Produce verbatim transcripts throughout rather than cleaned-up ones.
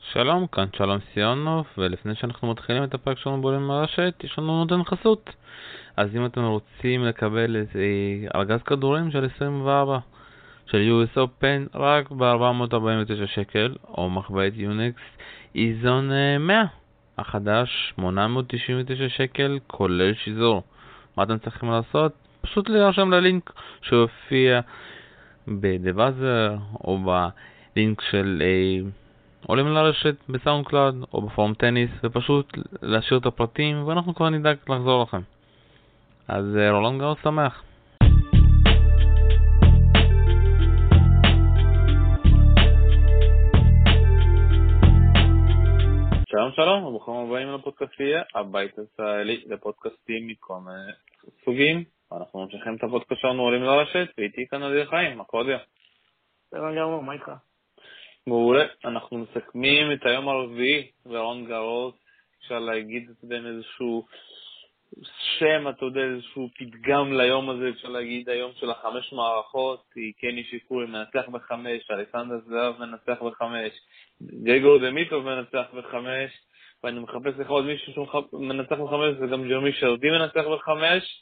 שלום, כאן שלום סיונוב, ולפני שאנחנו מתחילים את הפרק שלנו בולים ברשת, יש לנו נותן חסות. אז אם אתם רוצים לקבל איזה ארגז כדורים של עשרים וארבע של יו אס Open רק ב-ארבע מאות ארבעים ותשע שקל, או מחברת יוניקס איזון מאה החדש, שמונה מאות תשעים ותשע שקל, כולל שיזור. מה אתם צריכים לעשות? פשוט להירשם ללינק שהופיע בדבאזר, או בלינק של עולים לרשת בסאונד קלאוד או בפורום טניס, ופשוט להשאיר את הפרטים ואנחנו כבר נדאג לחזור לכם. אז רולנד גארוס שמח. שלום שלום, וברוכים הבאים לפודקאסטייה, הבית הישראלי לפודקאסטים מכל מיני סוגים. אנחנו ממשיכים את הפודקאסט שלנו עולים לרשת, ואיתי כאן אדיר חיים, מה קורא? בסדר גמור, מה איתך? מעולה, אנחנו מסכמים את היום הרביעי לרולנד גארוס. אפשר להגיד את זה עם איזשהו שם, אתה יודע, איזשהו פתגם ליום הזה. אפשר להגיד היום של החמש מערכות, היא קני שיקורי מנצח בחמש, אלכסנדר זהב מנצח בחמש, גרגור דמיטוב מנצח בחמש, ואני מחפש לך עוד מישהו שמנצח בחמש, זה גם ג'רמי שרדי מנצח בחמש,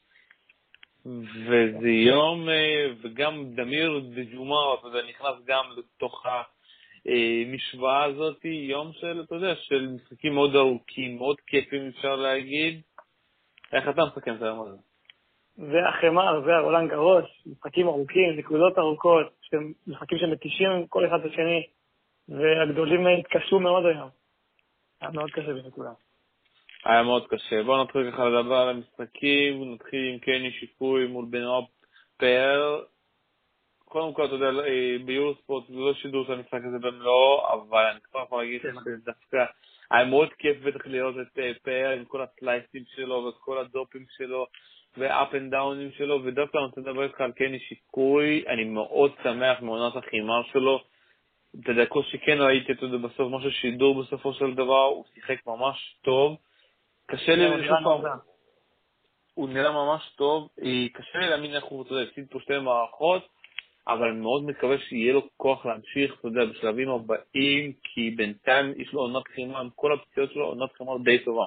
וזה יום, וגם דמיר דג'ומר, אתה יודע, נכנס גם לתוך המשוואה הזאת, יום של, אתה יודע, של משחקים מאוד ארוכים, מאוד כיפים אפשר להגיד. איך אתה מסכם את היום הזה? זה החמר, זה הרולנד גארוס, משחקים ארוכים, נקודות ארוכות, משחקים שמתישים כל אחד השני, והגדולים התקשו מאוד היום. היה מאוד קשה בכולם. היה מאוד קשה. בואו נתחיל ככה לדבר על המשחקים, נתחיל עם קני שיפוי מול בנוער פאר. קודם כל, אתה יודע, ביורוספורט זה לא שידור של המשחק הזה במלואו, אבל אני כבר יכול להגיד שדווקא היה מאוד כיף בטח לראות את פאר עם כל הסלייסים שלו וכל הדופים שלו והאפ אנד דאונים שלו, ודווקא אני רוצה לדבר איתך על קני שיקוי. אני מאוד שמח מעונת החימר שלו. אתה יודע, כל שכן ראיתי את זה בסוף, משהו שידור בסופו של דבר, הוא שיחק ממש טוב. קשה לי לשופר, הוא נראה ממש טוב, קשה לי להאמין איך הוא, אתה יודע, הפסיד פה שתי מערכות, אבל אני מאוד מקווה שיהיה לו כוח להמשיך, אתה יודע, בשלבים הבאים, כי בינתיים יש לו עונת חימה, עם כל הפציעות שלו, עונת חימה די טובה.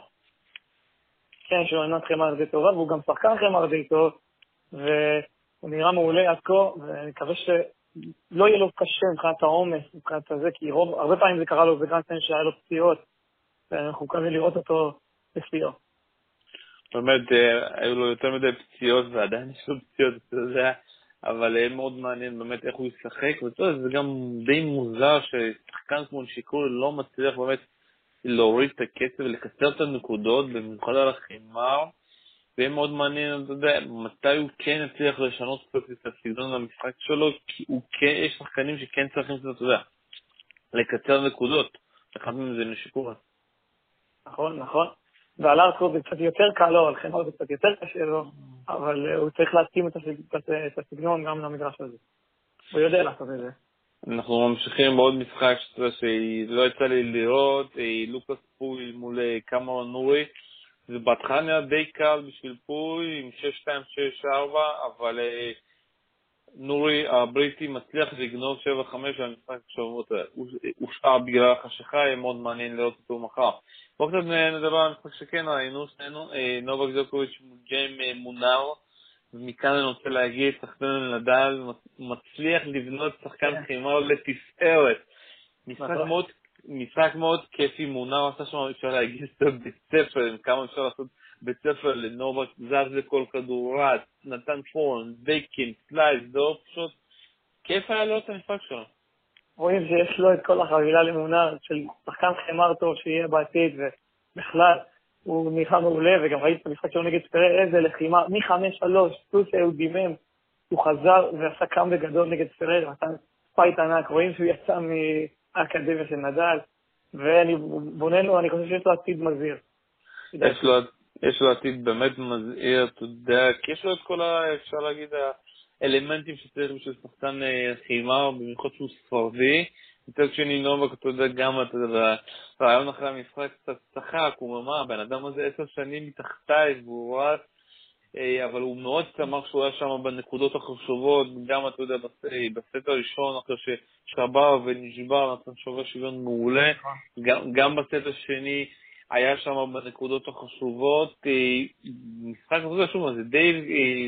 כן, יש לו עונת חימה די טובה, והוא גם שחקן חימה די טוב, והוא נראה מעולה עד כה, ואני מקווה שלא יהיה לו קשה מבחינת העומס, מבחינת הזה, כי רוב, הרבה פעמים זה קרה לו בגרנד-סלאם שהיה לו פציעות, ואנחנו מקווים לראות אותו בשיאו. באמת, היו לו יותר מדי פציעות, ועדיין יש לו פציעות, אתה יודע, אבל מאוד מעניין באמת איך הוא ישחק, וזה גם די מוזר ששחקן כמו שיקול לא מצליח באמת להוריד את הקצב ולקצר את הנקודות, במיוחד על החימר, ויהיה מאוד מעניין, אתה יודע, מתי הוא כן יצליח לשנות את הסגנון למשחק שלו, כי הוא כן, יש שחקנים שכן צריכים, אתה יודע, לקצר נקודות, אחד מהם זה לשיקול. נכון, נכון. ועל ארקור זה קצת יותר קל לו, על חימר זה קצת יותר קשה לו, אבל הוא צריך להתאים את הסגנון גם למגרש הזה. הוא יודע לעשות את זה. אנחנו ממשיכים בעוד משחק שלא יצא לי לראות, לוקאס פוי מול קמרון נורי. זה בהתחלה נראה די קל בשביל פוי עם שש שתיים שש ארבע, אבל נורי הבריטי מצליח לגנוב שבע חמש על משחק שבועות, הוא הושאר בגלל החשיכה, יהיה מאוד מעניין לראות אותו מחר. בואו קצת נדבר על משחק שכן ראינו, שנינו, נובק ג'וקוביץ' מול ג'יים מונר, ומכאן אני רוצה להגיד, שחקן נדל מצליח לבנות שחקן חימר לתפארת. משחק מאוד, משחק מאוד כיפי, מונר עשה שם, אפשר להגיד, בית ספר, כמה אפשר לעשות בית ספר לנובק, זז לכל כדורת, נתן פורן, בייקין, סלייס, זה פשוט כיף היה לראות את המשחק שלו. רואים שיש לו את כל החבילה למונר של שחקן חימר טוב שיהיה בעתיד, ובכלל הוא נראה מעולה, וגם ראיתי את המשחק שלו נגד ספרר, איזה לחימה, מ-חמש שלוש, פלוס הוא דימם, הוא חזר ועשה קאם בגדול נגד ספרר, נתן פייט ענק, רואים שהוא יצא מהאקדמיה של נדל, ואני בונה לו, אני חושב שיש לו עתיד מזהיר. יש לו, יש לו עתיד באמת מזהיר, אתה יודע, כי יש לו את כל ה, אפשר להגיד, האלמנטים שצריך בשביל שחקן חימר, במיוחד שהוא ספרדי. מצד שני נובק, אתה יודע, גם אתה יודע, רעיון אחרי המשחק קצת צחק, הוא אומר, מה, הבן אדם הזה עשר שנים מתחתיי, והוא רץ אבל הוא מאוד שמח שהוא היה שם בנקודות החשובות, גם אתה יודע, בסט הראשון, אחרי ששבר ונשבר, נתן שובר שוויון מעולה, גם, גם בסט השני היה שם בנקודות החשובות, משחק הזה שוב, זה די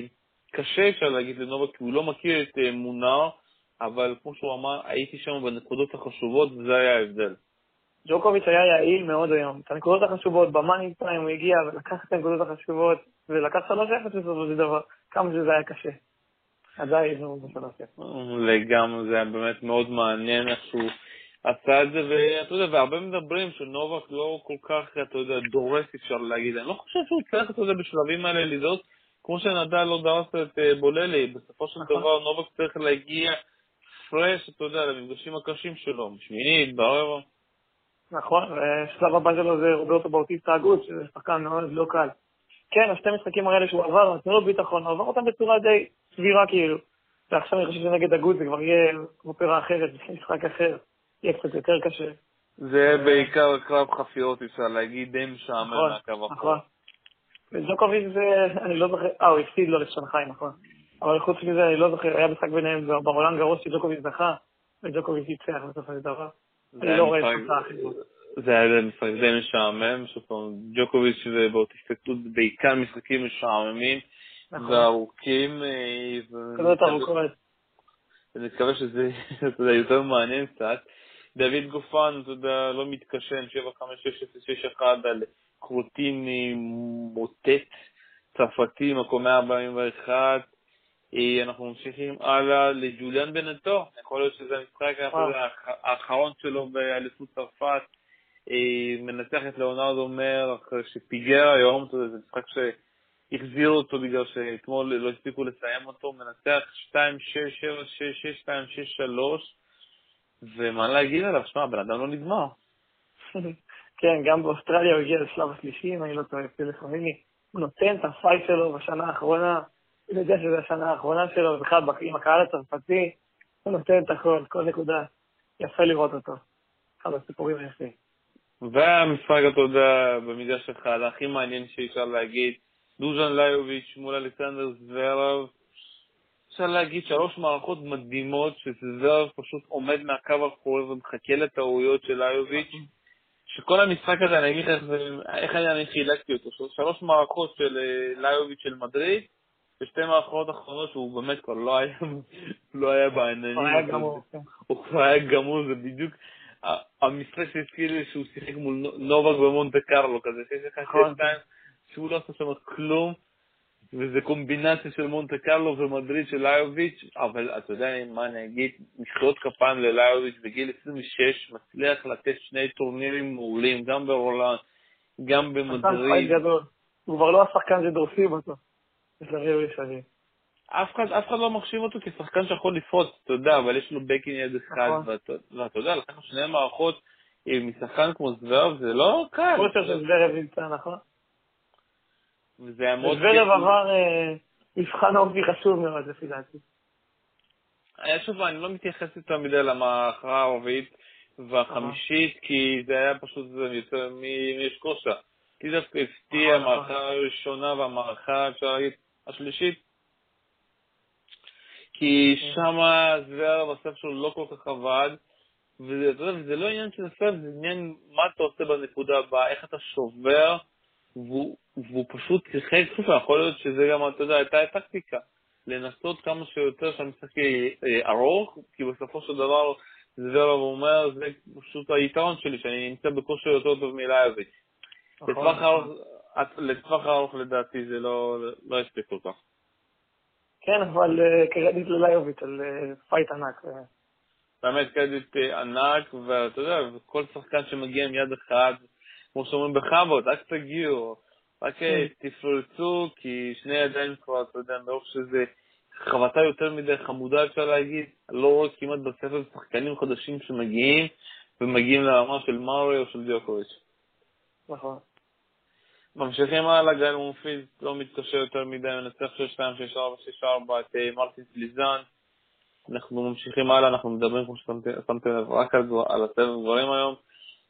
קשה אפשר להגיד לנובק, כי הוא לא מכיר את מונר, אבל כמו שהוא אמר, הייתי שם בנקודות החשובות, וזה היה ההבדל. ג'וקוביץ' היה יעיל מאוד היום. את הנקודות החשובות, במאני טיים הוא הגיע ולקח את הנקודות החשובות, ולקח שלוש אפס בסופו של דבר, כמה שזה היה קשה. עדיין הוא בשלוש אפס. לגמרי, זה היה באמת מאוד מעניין איך שהוא עשה את זה, ואתה יודע, והרבה מדברים שנובק לא כל כך, אתה יודע, דורס אפשר להגיד. אני לא חושב שהוא צריך, אתה יודע, בשלבים האלה לזאת, כמו שנדל לא דרס את בוללי, בסופו של דבר נובק צריך להגיע פרש, אתה יודע, למפגשים הקשים שלו, משמינית, ברבע. נכון, ושלב הבא שלו זה רוברטו באוטיסטה הגות, שזה שחקן מאוד לא קל. כן, השתי משחקים האלה שהוא עבר, נתנו לו ביטחון, עבר אותם בצורה די סבירה כאילו. ועכשיו אני חושב שנגד הגות זה כבר יהיה אופרה אחרת, זה משחק אחר, יהיה קצת יותר קשה. זה בעיקר קרב חפיות, אפשר להגיד, די משעמם מהקו אחר. נכון. וג'וקוביץ' זה, אני לא זוכר, אה, הוא הפסיד לו לשנחאי, נכון. אבל חוץ מזה, אני לא זוכר, היה משחק ביניהם ברולנד גרוס שג'וקוביץ' זכה, וג'וקוביץ' יצח בסוף הזה דבר. אני לא רואה שחקה אחרת. זה היה משחק די משעמם, ג'וקוביץ' ובאוטיסטות בעיקר משחקים משעממים וארוכים. כזאת ארוכות. אני מקווה שזה יותר מעניין קצת. דוד גופן, אתה יודע, לא מתקשן, שבע חמש שש אפס שש אחת על קרוטיני מוטט צרפתי, מקום מאה ארבעים ואחת. אנחנו ממשיכים הלאה לג'וליאן בנטו, יכול להיות שזה המשחק האחרון שלו באליפות צרפת, מנצח את ליאונרד אומר אחרי שפיגר היום, זה משחק שהחזיר אותו בגלל שאתמול לא הספיקו לסיים אותו, מנצח שתיים שש שבע שש שש שתיים שש שלוש, ומה להגיד עליו? שמע, בן אדם לא נגמר. כן, גם באוסטרליה הוא הגיע לשלב השלישי, אני לא טועה, לפעמים הוא נותן את הפייט שלו בשנה האחרונה, אני יודע שזו השנה האחרונה שלו, ובכלל עם הקהל הצרפתי, הוא נותן את הכל, כל נקודה. יפה לראות אותו. אחד הסיפורים היפים. והמשחק, אתה יודע, במידה שלך, זה הכי מעניין שאפשר להגיד, דוז'אן ליוביץ' מול אלכסנדר זוורב, אפשר להגיד שלוש מערכות מדהימות, שזוורב פשוט עומד מהקו האחורי ומחכה לטעויות של ליוביץ', שכל המשחק הזה, אני אגיד איך אני חילקתי אותו, שלוש מערכות של ליוביץ' של מדריד, בשתי מערכות אחרונות שהוא באמת כבר לא היה, לא היה בעניינים. הוא היה גמור. הוא כבר היה גמור, זה בדיוק המשחק שהזכיר לי שהוא שיחק מול נובק במונטה קרלו כזה, שיש לך שתיים, שהוא לא עשה שם כלום, וזה קומבינציה של מונטה קרלו ומדריד של ליוביץ', אבל אתה יודע מה אני אגיד, מחיאות כפיים לליוביץ' בגיל עשרים ושש, מצליח לתת שני טורנירים מעולים, גם ברולנד, גם במדריד. הוא כבר לא השחקן שדורסים אותו. אף אחד, אף אחד לא מחשיב אותו כשחקן שיכול לפרוץ, אתה יודע, אבל יש לו בקין יד אחד, ואתה יודע, לקחנו שני מערכות משחקן כמו זוורב, זה לא קל. חוסר של זוורב נמצא, נכון? וזה היה מאוד... זוורב עבר מבחן אופי חשוב מאוד, לפי דעתי. שוב, אני לא מתייחס יותר מדי למערכה הרביעית והחמישית, כי זה היה פשוט יותר מי יש קושה. כי דווקא הפתיע המערכה הראשונה והמערכה, אפשר להגיד, השלישית, כי שם זוורב הסף שלו לא כל כך עבד, וזה לא עניין של הסף, זה עניין מה אתה עושה בנקודה הבאה, איך אתה שובר, והוא פשוט שיחק, יכול להיות שזה גם, אתה יודע, הייתה טקטיקה, לנסות כמה שיותר שהמשחק יהיה ארוך, כי בסופו של דבר זוורב אומר, זה פשוט היתרון שלי, שאני נמצא בכושר יותר טוב מליוביץ'. לטווח הארוך לדעתי זה לא יספיק כל כך. כן, אבל קרדיט לליוביץ' על פייט ענק. באמת קרדיט ענק, ואתה יודע, כל שחקן שמגיע עם יד אחד, כמו שאומרים בחוות, רק תגיעו, רק תפרצו, כי שני ידיים כבר, אתה יודע, מרוב שזה חבטה יותר מדי חמודה, אפשר להגיד, לא רואה כמעט בספר שחקנים חדשים שמגיעים, ומגיעים לרמה של מארי או של דיוקוביץ'. נכון. ממשיכים הלאה, גל מונפיד לא מתקשר יותר מדי, מנצח שש שתיים שש ארבע שש ארבע את מרטין פליזן. אנחנו ממשיכים הלאה, אנחנו מדברים כמו ששמתם לב רק על הסבב גברים היום.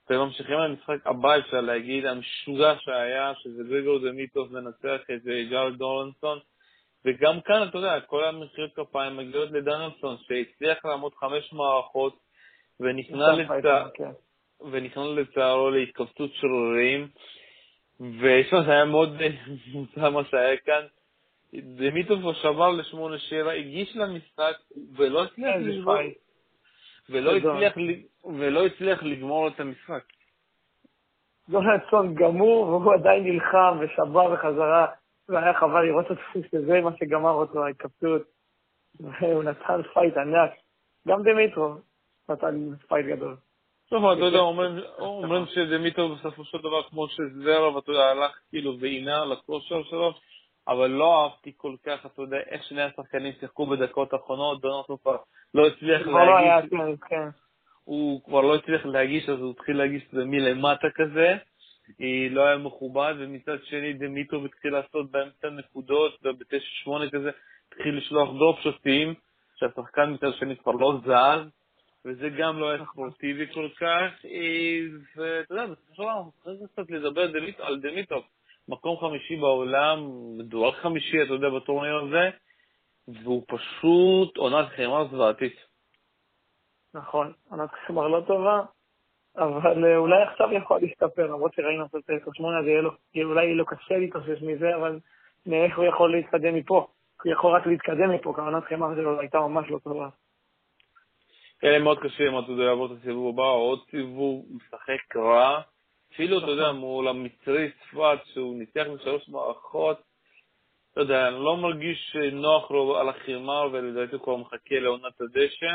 וממשיכים למשחק הבא, אפשר להגיד, המשוגע שהיה, שזה גריגור דמיטרוב מנצח את ג'ארד דורנסון, וגם כאן, אתה יודע, כל המחיאות כפיים מגיעות לדניאלסון, שהצליח לעמוד חמש מערכות, ונכנע לצע... ונכנע לצערו להתכווצות שרירים, ויש מה שהיה מאוד מוצא מה שהיה כאן, דמיטרוב שבר לשמונה שבע, הגיש למשחק, ולא הצליח לגמור, ולא הצליח, ולא הצליח לגמור את המשחק. דונלדסון גמור, והוא עדיין נלחם ושבר בחזרה, והיה חבל לראות אותו שזה מה שגמר אותו, ההתכווצות, והוא נתן פייט ענק. גם דמיטרוב נתן פייט גדול. טוב, אתה יודע, אומרים שדמיטרוב בסופו של דבר כמו שזרב, אתה יודע, הלך כאילו ועינה לכושר שלו, אבל לא אהבתי כל כך, אתה יודע, איך שני השחקנים שיחקו בדקות האחרונות, דונלדסון כבר לא הצליח להגיש, הוא כבר לא הצליח להגיש, אז הוא התחיל להגיש את זה מלמטה כזה, היא לא היה מכובד, ומצד שני דמיטרוב התחיל לעשות באמצע נקודות, ב-תשע שמונה כזה, התחיל לשלוח דרופ שוטים, שהשחקן מצד שני כבר לא זז, וזה גם לא היה ספורטיבי כל כך, ואתה יודע, בסופו של דבר, אנחנו צריכים קצת לדבר על דמיטרוב, מקום חמישי בעולם, מדורג חמישי, אתה יודע, בטורניר הזה, והוא פשוט עונת חמר זוועתית. נכון, עונת חמר לא טובה, אבל אולי עכשיו יכול להשתפר, למרות שראינו את זה שמונה, אולי יהיה לו קשה להתרשש מזה, אבל נראה איך הוא יכול להתקדם מפה. הוא יכול רק להתקדם מפה, כי עונת חמר שלו הייתה ממש לא טובה. כן, מאוד קשה אם אתה יודע לעבור את הסיבוב הבא, עוד סיבוב משחק רע, אפילו, אתה יודע, מול המצרי צפת, שהוא ניצח משלוש מערכות, אתה יודע, אני לא מרגיש נוח לו על החמר, ולדעתי הוא כבר מחכה לעונת הדשא.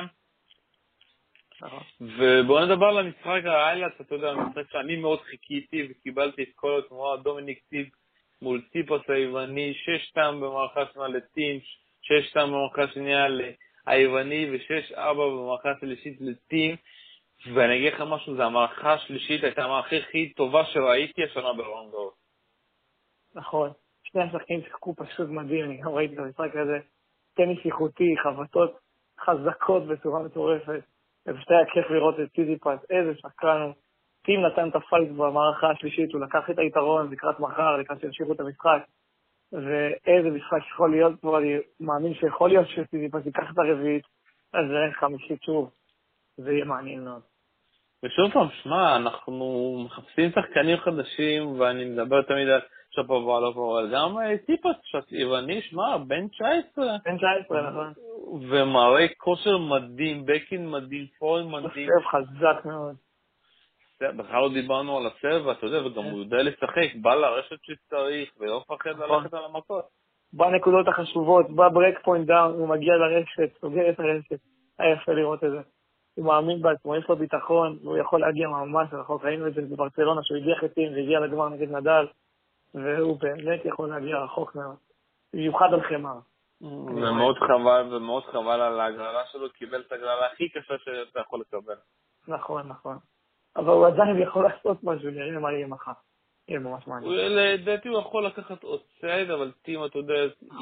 ובואו נדבר על המשחק האיילאץ, אתה יודע, המשחק שאני מאוד חיכיתי, וקיבלתי את כל התמורה, דומיניק טיב מול ציפוס היווני, שש טעם במערכה שנייה לטים, שש טעם במערכה שנייה ליווני, ושש ארבע במערכה שלישית לטים, ואני אגיד לך משהו, זה המערכה השלישית, הייתה המערכה הכי טובה שראיתי השנה ברון גארד. נכון, שני השחקנים שיחקו פשוט מדהים, אני גם ראיתי את המשחק הזה, טניס איכותי, חבטות חזקות בצורה מטורפת, ופשוט היה כיף לראות את ציציפס, איזה שחקן, טים נתן את הפייט במערכה השלישית, הוא לקח את היתרון לקראת מחר, לקראת שימשיכו את המשחק, ואיזה משחק יכול להיות, כבר אני מאמין שיכול להיות שציציפס ייקח את הרביעית, אז זה חמישית שוב, זה יהיה מעניין מאוד. ושוב פעם, שמע, אנחנו מחפשים שחקנים חדשים, ואני מדבר תמיד על שפוואלוב, אבל גם טיפוס, יווני, שמע, בן תשע עשרה. בן תשע עשרה, נכון. ומראה כושר מדהים, בקין מדהים, פול מדהים. סרב חזק מאוד. בכלל לא דיברנו על הסרב, אתה יודע, וגם הוא יודע לשחק, בא לרשת שצריך, ולא מפחד ללכת על המכות. בנקודות החשובות, בברק פוינט דאון, הוא מגיע לרשת, סוגר את הרשת, היה יפה לראות את זה. הוא מאמין בעצמו, יש לו ביטחון, הוא יכול להגיע ממש רחוק, ראינו את זה בברצלונה, שהוא הגיע חטים והגיע לגמר נגד נדל, והוא באמת יכול להגיע רחוק מאוד, במיוחד על חמר. ומאוד חבל, ומאוד חבל על ההגרלה שלו, קיבל את ההגרלה הכי קשה שאתה יכול לקבל. נכון, נכון. אבל הוא עדיין יכול לעשות משהו, נראה מה יהיה מחר. יהיה ממש מעניין. לדעתי הוא יכול לקחת עוד צעד, אבל טים, אתה יודע,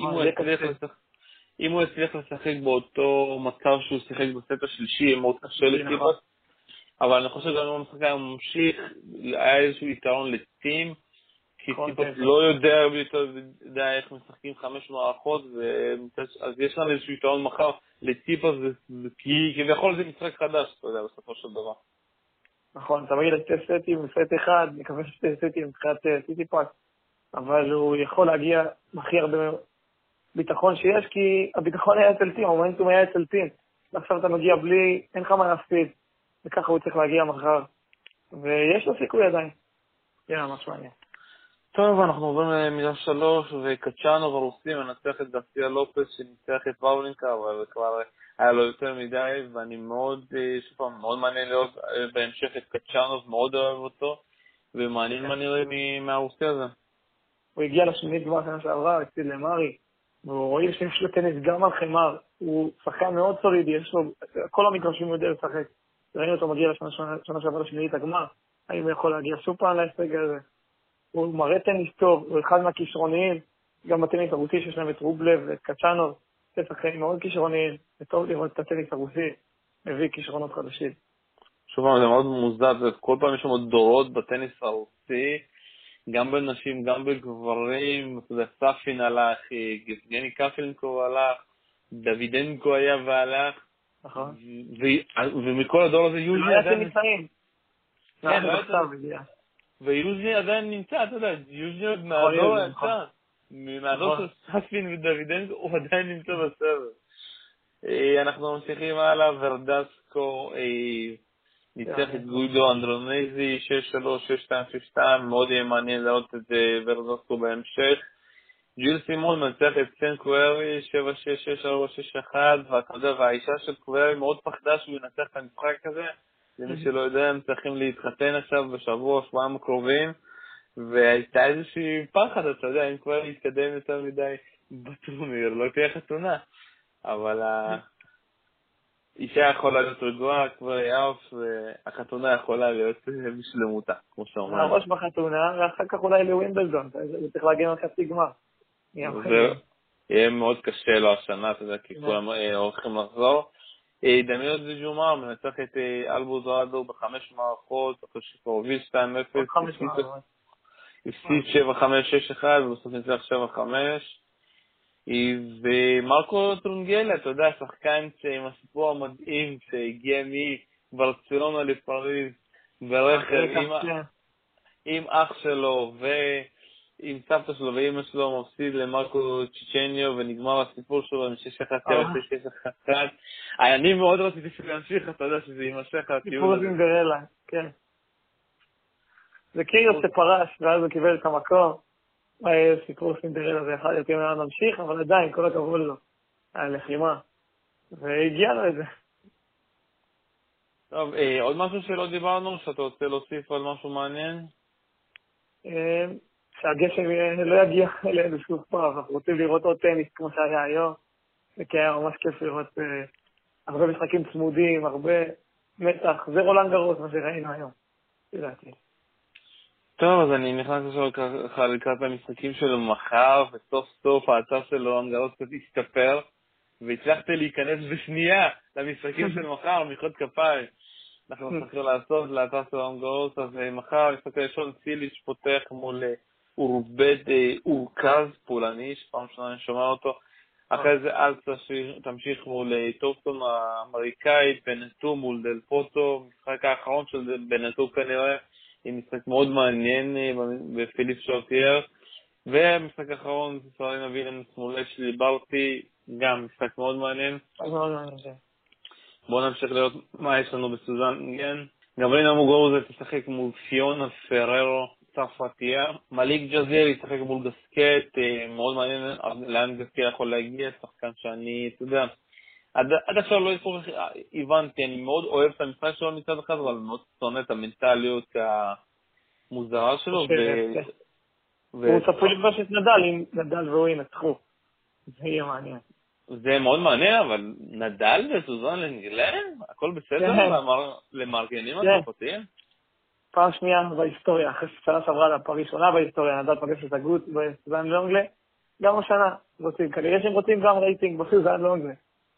אם הוא הצליח לשחק באותו מצב שהוא שיחק בסט השלישי, מאוד קשה לטיפוס, אבל אני חושב שגם אם המשחק היה ממשיך, היה איזשהו יתרון לטים, כי טיפוס לא יודע איך משחקים חמש מערכות, אז יש לנו איזשהו יתרון מחר לטיפוס, כי כביכול זה משחק חדש, אתה יודע, בסופו של דבר. נכון, אתה מגיד שתי סטים, סט אחד, מקווה שתי סטים מבחינת טיפוס, אבל הוא יכול להגיע הכי הרבה ביטחון שיש, כי הביטחון היה אצל טים, המומנטום היה אצל טים. עכשיו אתה מגיע בלי, אין לך מה להפסיד, וככה הוא צריך להגיע מחר. ויש לו סיכוי עדיין. יהיה ממש מעניין. טוב, אנחנו עוברים למילה שלוש, וקצ'אנו הרוסי מנצח את גרסיה לופס, שניצח את פאולינקה, אבל כבר היה לו יותר מדי, ואני מאוד, שוב פעם, מאוד מעניין לראות בהמשך את קצ'אנו, מאוד אוהב אותו, ומעניין מה נראה מהרוסי הזה. הוא הגיע לשמינית גמר שנה שעברה, הפסיד למרי, והוא רואים שיש לו טניס גם על חמר, הוא שחקן מאוד סולידי, יש לו, כל המגרשים יודע לשחק. ראינו אותו מגיע לשנה שעברה לשמינית הגמר, האם הוא יכול להגיע שוב פעם להישג הזה? הוא מראה טניס טוב, הוא אחד מהכישרוניים, גם בטניס הרוסי שיש להם את רובלב ואת קצ'אנוב, זה שחקנים מאוד כישרוניים, זה טוב לראות את הטניס הרוסי, מביא כישרונות חדשים. שוב פעם, זה מאוד מוזר, כל פעם יש שם עוד דורות בטניס הרוסי, גם בנשים, גם בגברים, אתה יודע, ספין הלך, גני קפלנקו הלך, דוידנקו היה והלך, נכון. ומכל הדור הזה יוז'י עדיין... כן, ויוז'י עדיין נמצא, אתה יודע, יוז'י עוד מהדור היצא, מהדור של ספין ודוידנקו, הוא עדיין נמצא בסרט. אנחנו ממשיכים הלאה, ורדסקו ניצח את גוידו אנדרונזי, שש שלוש, שש שתיים, שש שתיים, מאוד יהיה מעניין לראות את ורדסקו בהמשך. ג'יל סימון מנצח את סן קווירי, שבע שש, שש ארבע, שש אחת, ואתה יודע, והאישה של קווירי מאוד פחדה שהוא ינצח את המשחק הזה, למי שלא יודע, הם צריכים להתחתן עכשיו בשבוע, שבועיים הקרובים, והייתה איזושהי פחד, אתה יודע, אם קווירי יתקדם יותר מדי בטורניר, לא תהיה חתונה. אבל האישה יכולה להיות רגועה, כבר יעוף, והחתונה יכולה להיות משלמותה, כמו שאומרים. הראש בחתונה, ואחר כך אולי לווינבלדון, זה צריך להגן על חצי גמר. זה יהיה מאוד קשה לו השנה, אתה יודע, כי כולם הולכים לחזור. דמיון ז'ומר מנצח את אלבוז רדו בחמש מערכות, אחרי שפרוביל שתיים אפס, הפסיד שבע חמש שש אחת, ובסוף נצח שבע חמש. ומרקו טרונגלה, אתה יודע, שחקן עם הסיפור המדהים שהגיע מברצלונה לפריז ברכב עם אח שלו ועם סבתא שלו ואמא שלו, מפסיד למרקו צ'יצ'ניו ונגמר הסיפור שלו עם שש אחת שש אחת. אני מאוד רציתי להמשיך, אתה יודע שזה יימשך. סיפור סינדרלה, כן. זה קיריוס שפרש ואז הוא קיבל את המקום. סיפור סינדרלה זה אחד יותר מאוד נמשיך, אבל עדיין כל הכבוד לו על לחימה, והגיע לו את זה. טוב, עוד משהו שלא דיברנו, שאתה רוצה להוסיף על משהו מעניין? שהגשם לא יגיע אלינו שוב פעם, אנחנו רוצים לראות עוד טניס כמו שהיה היום, וכי היה ממש כיף לראות הרבה משחקים צמודים, הרבה מתח, זה רולנד גארוס מה שראינו היום, לדעתי. טוב, אז אני נכנס עכשיו ככה לקראת המשחקים שלו מחר, וסוף סוף האתר של רולנד גארוס קצת הסתפר, והצלחתי להיכנס בשנייה למשחקים של מחר, מחיאות כפיים. אנחנו צריכים לעשות לאתר של רולנד גארוס, אז מחר משחק ראשון ציליץ' פותח מול אורבד אורקז פולני, שפעם שנה אני שומע אותו. אחרי זה אז תמשיך מול טופסון האמריקאי, בנטו מול דל פוטו, משחק האחרון של בנטו כנראה, עם משחק מאוד מעניין בפיליפ שורטייר, והמשחק האחרון זה סרינה וויליאמס מול אשלי ברטי, גם משחק מאוד מעניין. בואו נמשיך לראות מה יש לנו בסוזן גן. גברינה מוגרוזה תשחק מול פיונה פררו, צרפתיה. מליק ג'זיר ישחק מול גסקט, מאוד מעניין לאן גסקט יכול להגיע, שחקן שאני, אתה יודע, עד, עד עכשיו לא יצטרך, הבנתי, אני מאוד אוהב את המשחק שלו מצד אחד, אבל מאוד שונא את המנטליות המוזרה שלו. הוא צפוי לפגוש את נדל, אם נדל והוא ינצחו. זה יהיה מעניין. זה מאוד מעניין, אבל נדל וסוזן לנגלן? הכל בסדר למארגנים הצרפתיים? פעם שנייה בהיסטוריה, אחרי שנה שעברה לפעם ראשונה בהיסטוריה, נדל פגש את הגות בסוזן לונגלה, גם השנה רוצים, כנראה שהם רוצים גם רייטינג בסוזן לונגלה.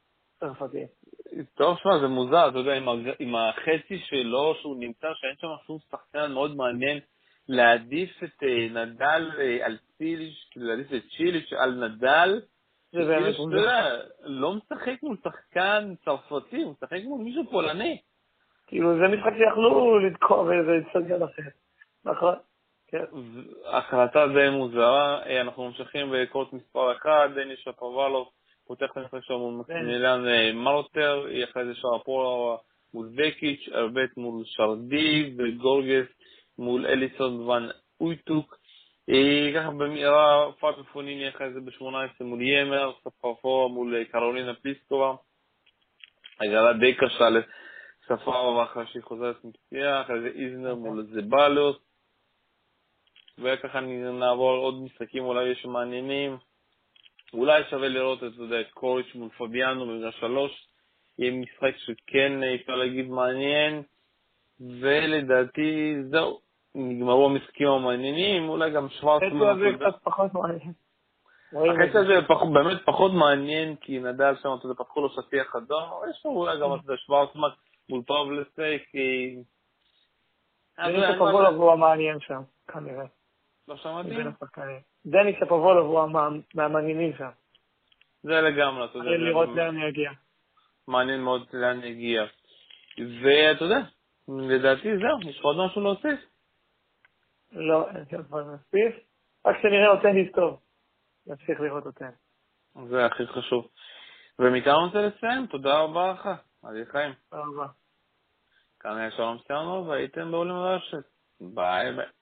טוב, שמה, זה מוזר, אתה יודע, עם החצי שלו, שהוא נמצא, שאין שם שום שחקן מאוד מעניין, להעדיף את נדל על ציליץ', כאילו להעדיף את ציליץ' על נדל, ציליץ', אתה יודע, לא משחק מול שחקן צרפתי, הוא משחק מול מישהו פולני. כאילו, זה משחק שיכלו לתקוע באיזה צד אחר, נכון? החלטה די מוזרה, אנחנו ממשיכים בקורט מספר אחד, דניס שפוואלוב, פותח את המשחק שלו מול מקסימילן מרוטר, אחרי זה שרפורה מול וקיץ', ארבט מול שרדי, וגורגס מול אליסון ון אויטוק. ככה במהירה, פאטו פוניני אחרי זה ב-שמונה עשרה מול ימר, ספרפורה מול קרולינה פליסקובה. הגרלה די קשה לספרפורה אחרי שהיא חוזרת מפציעה, אחרי זה איזנר מול זבלוס. וככה נעבור עוד משחקים, אולי יש מעניינים. אולי שווה לראות את, את קוריץ' מול פביאנו בגלל שלוש, יהיה משחק שכן אפשר להגיד מעניין, ולדעתי זהו, נגמרו המשחקים המעניינים, אולי גם שוורצמן. החצי הזה קצת פחות מעניין. החצי הזה באמת פחות מעניין, כי נדל שם, אתה יודע, פתחו לו שטיח אדום, אבל יש לו אולי גם את שוורצמן, מול פאבלסטי, כי... דניס שפובולוב הוא המעניין שם, כנראה. לא שמעתי? דניס שפובולוב הוא מהמעניינים שם. זה לגמרי, אתה יודע. מעניין לראות לאן יגיע. מעניין מאוד לאן יגיע. ואתה יודע, לדעתי זהו, יש עוד משהו להוסיף. לא, אין שם כבר נספיף. רק שנראה אותניס טוב. נמשיך לראות אותן. זה הכי חשוב. ומכאן אני רוצה לסיים, תודה רבה לך. עדי חיים. תודה רבה. כאן היה שלום סיירנו, והייתם בעולים הרשת. ביי ביי.